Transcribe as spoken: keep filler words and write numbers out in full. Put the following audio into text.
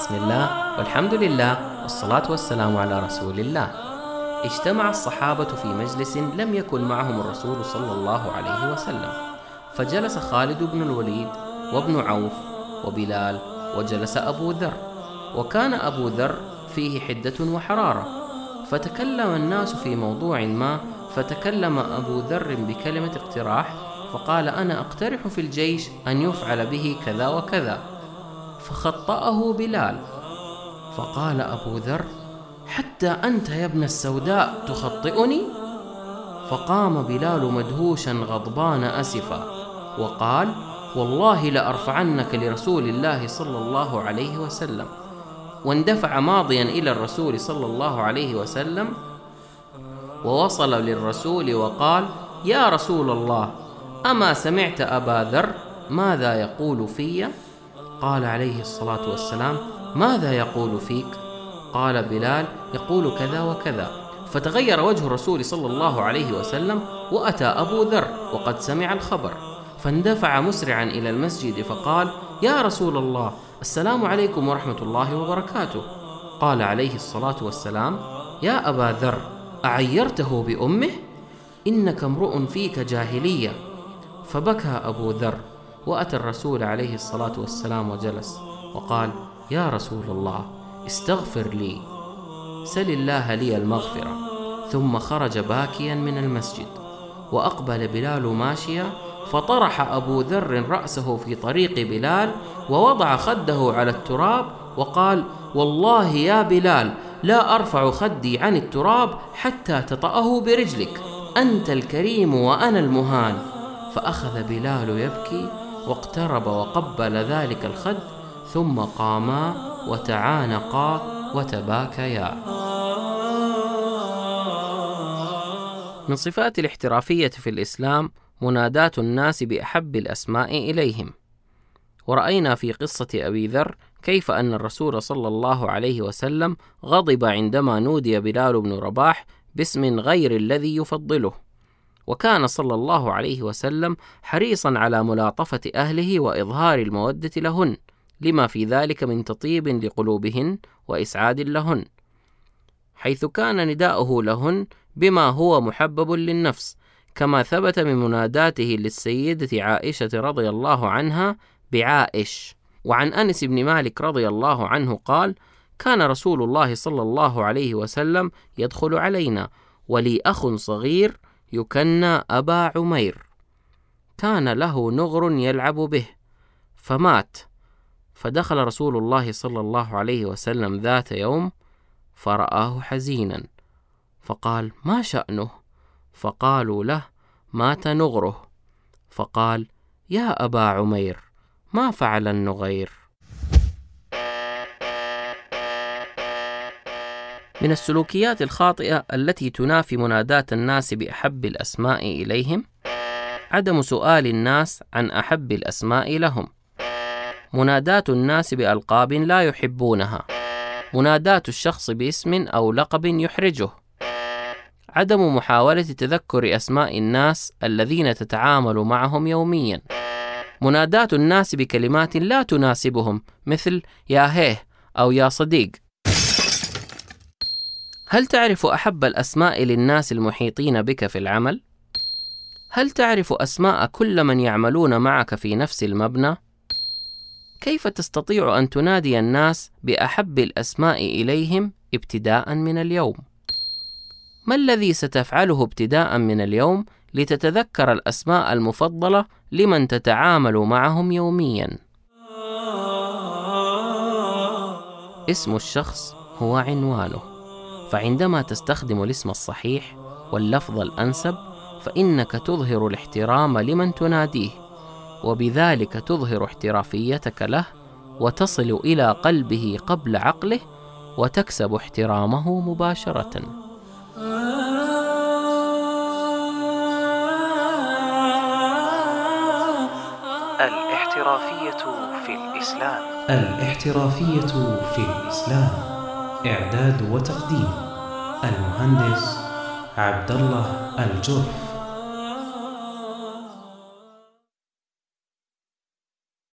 بسم الله والحمد لله والصلاة والسلام على رسول الله. اجتمع الصحابة في مجلس لم يكن معهم الرسول صلى الله عليه وسلم، فجلس خالد بن الوليد وابن عوف وبلال، وجلس أبو ذر، وكان أبو ذر فيه حدة وحرارة، فتكلم الناس في موضوع ما، فتكلم أبو ذر بكلمة اقتراح، فقال: أنا أقترح في الجيش أن يفعل به كذا وكذا، فخطأه بلال، فقال أبو ذر: حتى أنت يا ابن السوداء تخطئني؟ فقام بلال مدهوشا غضبان أسفا وقال: والله لأرفعنك لرسول الله صلى الله عليه وسلم. واندفع ماضيا إلى الرسول صلى الله عليه وسلم، ووصل للرسول وقال: يا رسول الله، أما سمعت أبا ذر ماذا يقول في؟ قال عليه الصلاة والسلام: ماذا يقول فيك؟ قال بلال: يقول كذا وكذا. فتغير وجه الرسول صلى الله عليه وسلم، وأتى أبو ذر وقد سمع الخبر، فاندفع مسرعا إلى المسجد فقال: يا رسول الله، السلام عليكم ورحمة الله وبركاته. قال عليه الصلاة والسلام: يا أبا ذر، أعيرته بأمه؟ إنك امرؤ فيك جاهلية. فبكى أبو ذر، وأتى الرسول عليه الصلاة والسلام وجلس وقال: يا رسول الله، استغفر لي، سل الله لي المغفرة. ثم خرج باكيا من المسجد، وأقبل بلال ماشيا، فطرح أبو ذر رأسه في طريق بلال، ووضع خده على التراب، وقال: والله يا بلال، لا أرفع خدي عن التراب حتى تطأه برجلك، أنت الكريم وأنا المهان. فأخذ بلال يبكي، واقترب وقبل ذلك الخد، ثم قاما وتعانقا وتباكيا. من صفات الاحترافية في الإسلام مناداة الناس بأحب الأسماء إليهم. ورأينا في قصة أبي ذر كيف أن الرسول صلى الله عليه وسلم غضب عندما نودي بلال بن رباح باسم غير الذي يفضله، وكان صلى الله عليه وسلم حريصا على ملاطفة أهله وإظهار المودة لهن، لما في ذلك من تطيب لقلوبهن وإسعاد لهن، حيث كان نداؤه لهن بما هو محبب للنفس، كما ثبت من مناداته للسيدة عائشة رضي الله عنها بعائش. وعن أنس بن مالك رضي الله عنه قال: كان رسول الله صلى الله عليه وسلم يدخل علينا ولي أخ صغير يكنى أبا عمير، كان له نغر يلعب به فمات، فدخل رسول الله صلى الله عليه وسلم ذات يوم فرآه حزينا، فقال: ما شأنه؟ فقالوا له: مات نغره. فقال: يا أبا عمير، ما فعل النغير؟ من السلوكيات الخاطئة التي تنافي مناداة الناس بأحب الأسماء إليهم عدم سؤال الناس عن أحب الأسماء لهم، مناداة الناس بألقاب لا يحبونها، مناداة الشخص باسم أو لقب يحرجه، عدم محاولة تذكر أسماء الناس الذين تتعامل معهم يوميا، مناداة الناس بكلمات لا تناسبهم مثل يا هيه أو يا صديق. هل تعرف أحب الأسماء للناس المحيطين بك في العمل؟ هل تعرف أسماء كل من يعملون معك في نفس المبنى؟ كيف تستطيع أن تنادي الناس بأحب الأسماء إليهم ابتداء من اليوم؟ ما الذي ستفعله ابتداء من اليوم لتتذكر الأسماء المفضلة لمن تتعامل معهم يوميا؟ اسم الشخص هو عنوانه، فعندما تستخدم الاسم الصحيح واللفظ الأنسب فإنك تظهر الاحترام لمن تناديه، وبذلك تظهر احترافيتك له، وتصل إلى قلبه قبل عقله، وتكسب احترامه مباشرة. الاحترافية في الإسلام. الاحترافية في الإسلام. إعداد وتقديم المهندس عبد الله الجرف.